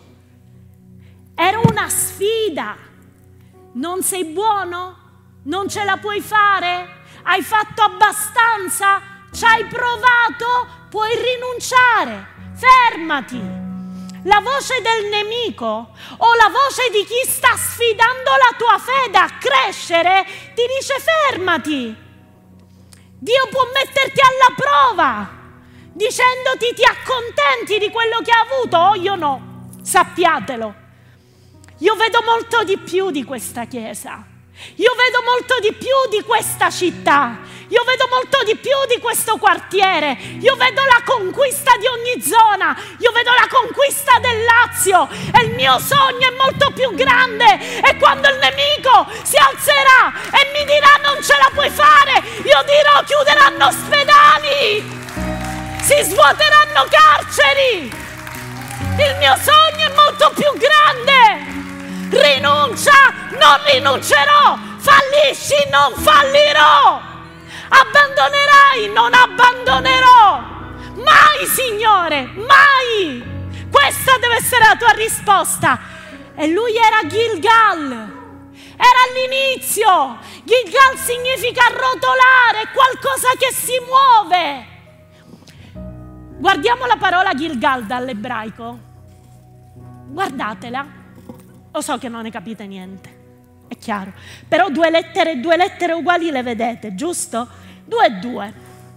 Era una sfida. Non sei buono? Non ce la puoi fare? Hai fatto abbastanza? Ci hai provato? Puoi rinunciare. Fermati. La voce del nemico o la voce di chi sta sfidando la tua fede a crescere ti dice: fermati. Dio può metterti alla prova dicendoti: ti accontenti di quello che hai avuto? Oh, io no, sappiatelo. Io vedo molto di più di questa chiesa. Io vedo molto di più di questa città. Io vedo molto di più di questo quartiere. Io vedo la conquista di ogni zona. Io vedo la conquista del Lazio. E il mio sogno è molto più grande. E quando il nemico si alzerà e mi dirà: non ce la puoi fare, io dirò: chiuderanno ospedali, si svuoteranno carceri. Il mio sogno è molto più grande. Rinuncia, non rinuncerò. Fallisci, non fallirò. Abbandonerai, non abbandonerò. Mai, Signore, mai. Questa deve essere la tua risposta. E lui era Gilgal. Era all'inizio. Gilgal significa rotolare, qualcosa che si muove. Guardiamo la parola Gilgal dall'ebraico. Guardatela. Lo so che non ne capite niente, è chiaro. Però due lettere, due lettere uguali le vedete, giusto? Due e due.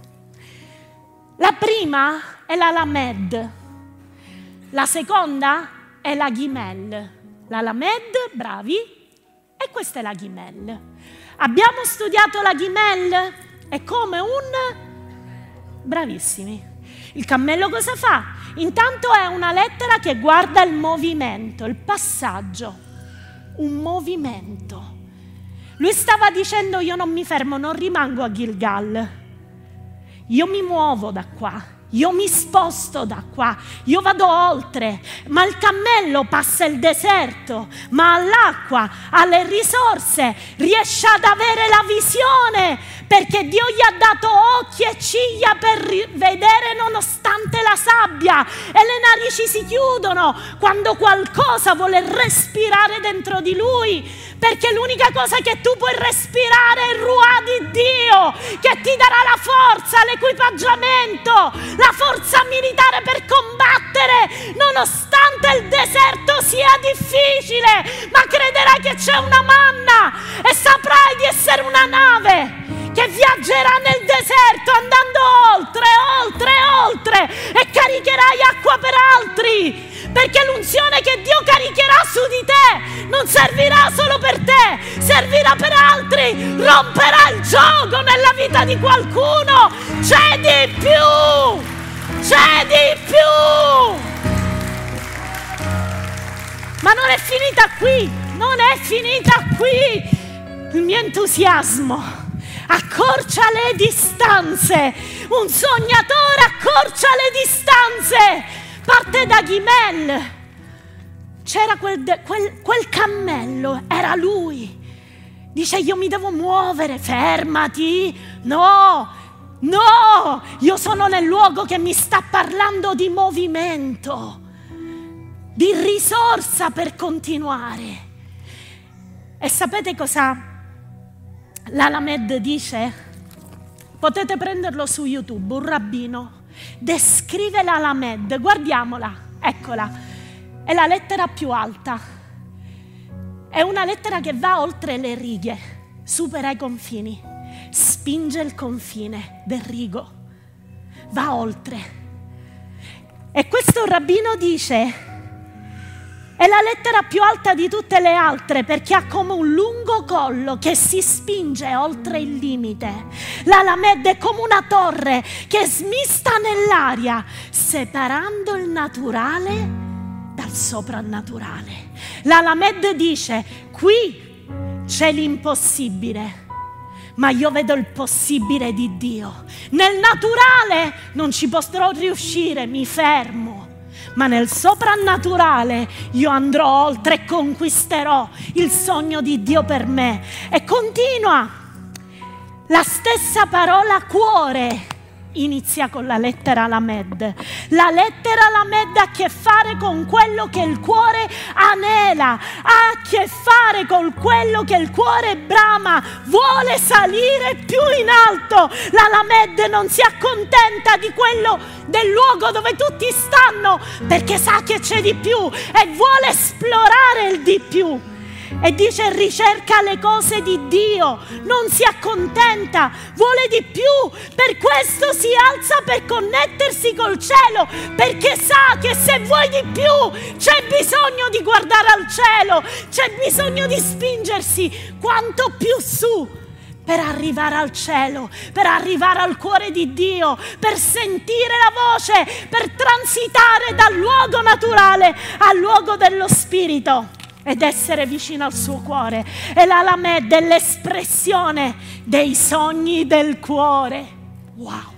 La prima è la Lamed. La seconda è la Gimel. La Lamed, bravi, e questa è la Gimel. Abbiamo studiato la Gimel, è come un... Bravissimi. Il cammello cosa fa? Intanto è una lettera che guarda il movimento, il passaggio, un movimento. Lui stava dicendo: io non mi fermo, non rimango a Gilgal. Io mi muovo da qua, io mi sposto da qua, io vado oltre, ma il cammello passa il deserto, ma all'acqua, alle risorse, riesce ad avere la visione, perché Dio gli ha dato occhi e ciglia per vedere nonostante la sabbia, e le narici si chiudono quando qualcosa vuole respirare dentro di lui, perché l'unica cosa che tu puoi respirare è il ruà di Dio, che ti darà la forza, l'equipaggiamento, la forza militare per combattere, nonostante il deserto sia difficile, ma crederai che c'è una manna e saprai di essere una nave che viaggerà nel deserto andando oltre, oltre, oltre, e caricherai acqua per altri, perché l'unzione che Dio caricherà su di te non servirà solo per te, servirà per altri, romperà il gioco nella vita di qualcuno. C'è di più, c'è di più. Ma non è finita qui, non è finita qui. Il mio entusiasmo accorcia le distanze, un sognatore accorcia le distanze, parte da Ghimel, c'era quel, quel, quel cammello, era lui, dice io mi devo muovere, fermati, no, no, io sono nel luogo che mi sta parlando di movimento, di risorsa per continuare. E sapete cosa l'Alamed dice? Potete prenderlo su YouTube, un rabbino descrive l'Alamed, guardiamola, eccola, è la lettera più alta, è una lettera che va oltre le righe, supera i confini, spinge il confine del rigo, va oltre. E questo rabbino dice è la lettera più alta di tutte le altre, perché ha come un lungo collo che si spinge oltre il limite. L'Alamed è come una torre che smista nell'aria, separando il naturale dal soprannaturale. L'Alamed dice, qui c'è l'impossibile, ma io vedo il possibile di Dio. Nel naturale non ci potrò riuscire, mi fermo. Ma nel soprannaturale io andrò oltre e conquisterò il sogno di Dio per me. E continua. La stessa parola cuore inizia con la lettera Alamed. La lettera Alamed ha a che fare con quello che il cuore anela, ha a che fare con quello che il cuore brama, vuole salire più in alto. L'Alamed non si accontenta di quello del luogo dove tutti stanno, perché sa che c'è di più e vuole esplorare il di più. E dice ricerca le cose di Dio, non si accontenta, vuole di più, per questo si alza per connettersi col cielo, perché sa che se vuoi di più c'è bisogno di guardare al cielo, c'è bisogno di spingersi quanto più su per arrivare al cielo, per arrivare al cuore di Dio, per sentire la voce, per transitare dal luogo naturale al luogo dello spirito ed essere vicino al suo cuore. E l'Alamed è l'espressione dei sogni del cuore. Wow!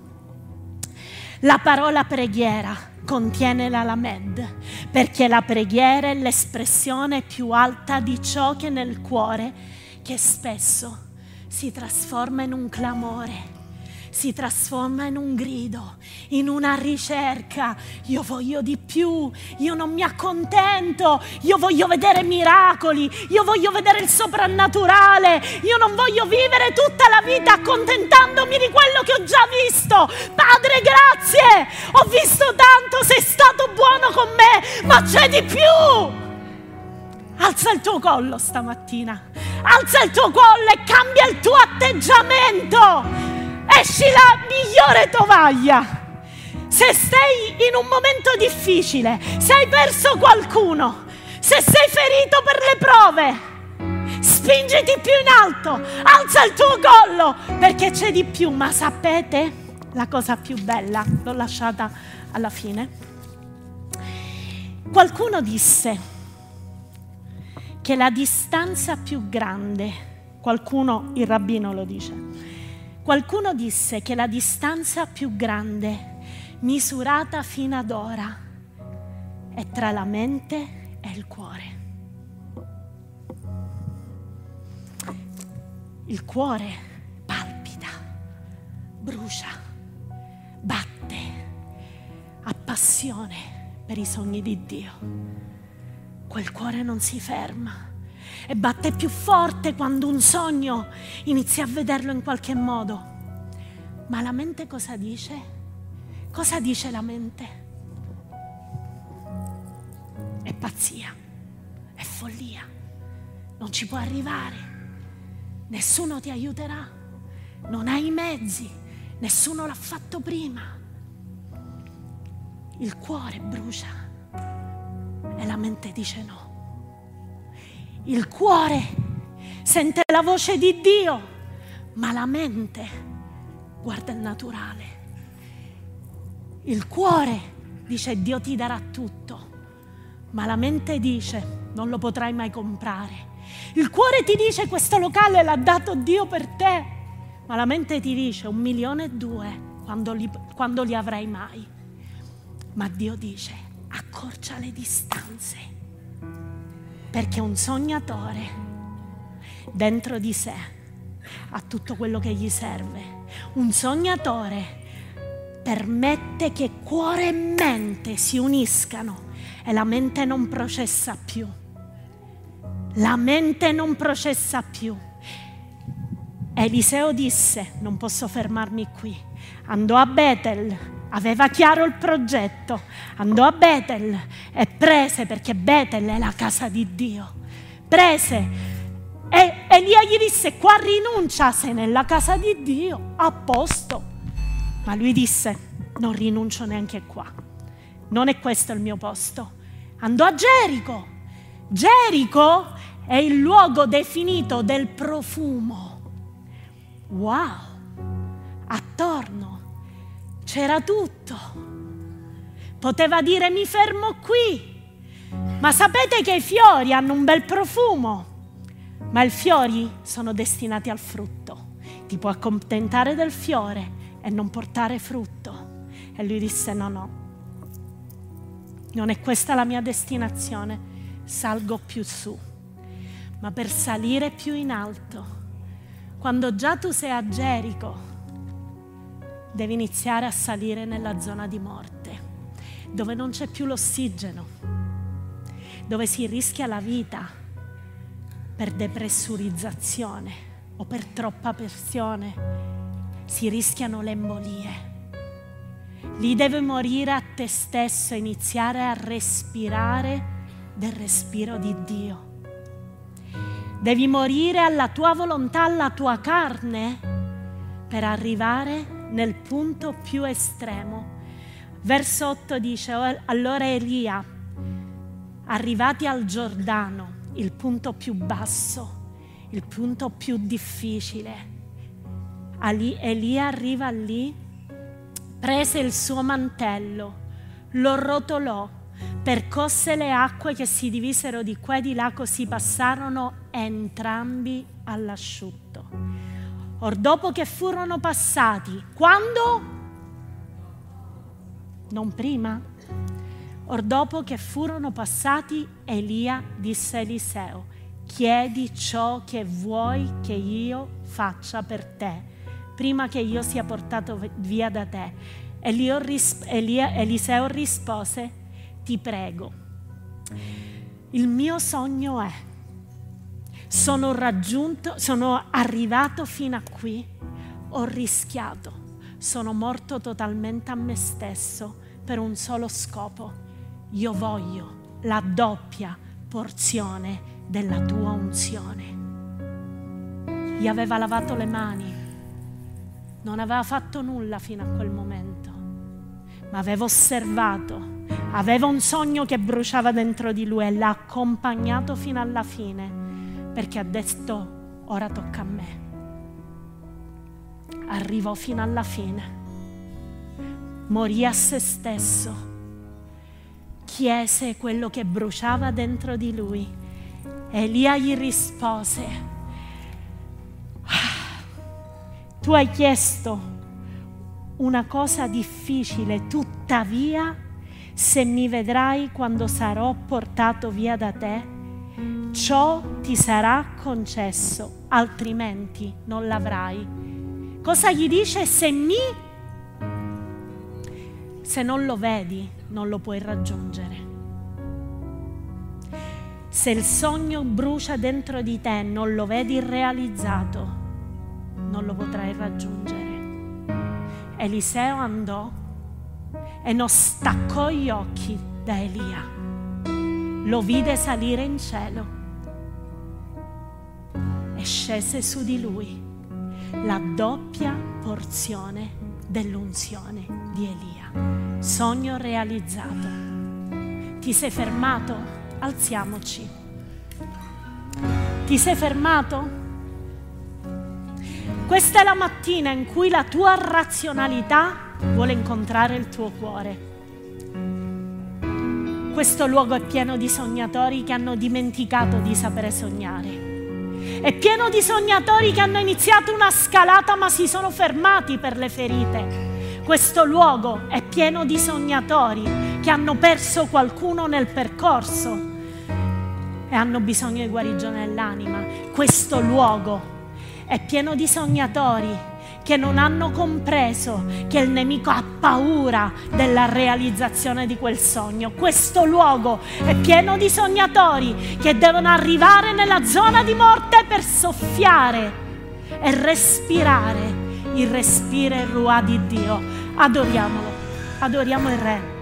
La parola preghiera contiene l'Alamed, perché la preghiera è l'espressione più alta di ciò che nel cuore, che spesso si trasforma in un clamore, si trasforma in un grido, in una ricerca. Io voglio di più, io non mi accontento, io voglio vedere miracoli, io voglio vedere il soprannaturale, io non voglio vivere tutta la vita accontentandomi di quello che ho già visto. Padre, grazie, ho visto tanto, sei stato buono con me, ma c'è di più. Alza il tuo collo stamattina, alza il tuo collo e cambia il tuo atteggiamento. Esci la migliore tovaglia. Se sei in un momento difficile, se hai perso qualcuno, se sei ferito per le prove, spingiti più in alto, alza il tuo collo, perché c'è di più. Ma sapete la cosa più bella? L'ho lasciata alla fine. Qualcuno disse che la distanza più grande, qualcuno, il rabbino lo dice, qualcuno disse che la distanza più grande misurata fino ad ora, è tra la mente e il cuore. Il cuore palpita, brucia, batte, ha passione per i sogni di Dio. Quel cuore non si ferma e batte più forte quando un sogno inizia a vederlo in qualche modo. Ma la mente cosa dice? Cosa dice la mente? È pazzia, è follia, non ci può arrivare. Nessuno ti aiuterà, non hai i mezzi, nessuno l'ha fatto prima. Il cuore brucia e la mente dice no. Il cuore sente la voce di Dio, ma la mente guarda il naturale. Il cuore dice Dio ti darà tutto, ma la mente dice non lo potrai mai comprare. Il cuore ti dice questo locale l'ha dato Dio per te, ma la mente ti dice un milione e due, quando li, quando li avrai mai. Ma Dio dice accorcia le distanze, perché un sognatore dentro di sé ha tutto quello che gli serve. Un sognatore permette che cuore e mente si uniscano e la mente non processa più. La mente non processa più. Eliseo disse, non posso fermarmi qui. Andò a Betel, aveva chiaro il progetto, andò a Betel e prese, perché Betel è la casa di Dio. Prese e Elia gli disse, qua rinuncia, sei nella casa di Dio, a posto. Ma lui disse, non rinuncio neanche qua, non è questo il mio posto. Andò a Gerico. Gerico è il luogo definito del profumo. Wow! Attorno c'era tutto. Poteva dire mi fermo qui. Ma sapete che i fiori hanno un bel profumo? Ma i fiori sono destinati al frutto. Ti puoi accontentare del fiore e non portare frutto. E lui disse no, no. Non è questa la mia destinazione. Salgo più su. Ma per salire più in alto, quando già tu sei a Gerico, devi iniziare a salire nella zona di morte, dove non c'è più l'ossigeno, dove si rischia la vita per depressurizzazione o per troppa pressione, si rischiano le embolie. Lì devi morire a te stesso e iniziare a respirare del respiro di Dio. Devi morire alla tua volontà, alla tua carne, per arrivare nel punto più estremo. Verso otto dice, allora Elia, arrivati al Giordano, il punto più basso, il punto più difficile, Elia arriva lì, prese il suo mantello, lo rotolò, percosse le acque che si divisero di qua e di là, così passarono entrambi all'asciutto. Or dopo che furono passati, quando? Non prima? Or dopo che furono passati, Elia disse a Eliseo, chiedi ciò che vuoi che io faccia per te, prima che io sia portato via da te. Elio, Elia, Eliseo rispose, ti prego, il mio sogno è, sono raggiunto, sono arrivato fino a qui, ho rischiato, sono morto totalmente a me stesso per un solo scopo. Io voglio la doppia porzione della tua unzione. Gli aveva lavato le mani, non aveva fatto nulla fino a quel momento, ma aveva osservato. Aveva un sogno che bruciava dentro di lui e l'ha accompagnato fino alla fine, perché ha detto, ora tocca a me. Arrivò fino alla fine, morì a se stesso, chiese quello che bruciava dentro di lui. Elia gli rispose, tu hai chiesto una cosa difficile, tuttavia, se mi vedrai quando sarò portato via da te, ciò ti sarà concesso, altrimenti non l'avrai. Cosa gli dice? Se mi, se non lo vedi, non lo puoi raggiungere. Se il sogno brucia dentro di te, non lo vedi realizzato, non lo potrai raggiungere. Eliseo andò e non staccò gli occhi da Elia. Lo vide salire in cielo e scese su di lui la doppia porzione dell'unzione di Elia. Sogno realizzato. Ti sei fermato? Alziamoci. Ti sei fermato? Questa è la mattina in cui la tua razionalità vuole incontrare il tuo cuore. Questo luogo è pieno di sognatori che hanno dimenticato di sapere sognare. È pieno di sognatori che hanno iniziato una scalata ma si sono fermati per le ferite. Questo luogo è pieno di sognatori che hanno perso qualcuno nel percorso e hanno bisogno di guarigione dell'anima. Questo luogo è pieno di sognatori che non hanno compreso che il nemico ha paura della realizzazione di quel sogno. Questo luogo è pieno di sognatori che devono arrivare nella zona di morte per soffiare e respirare il respiro e il ruà di Dio. Adoriamolo, adoriamo il Re.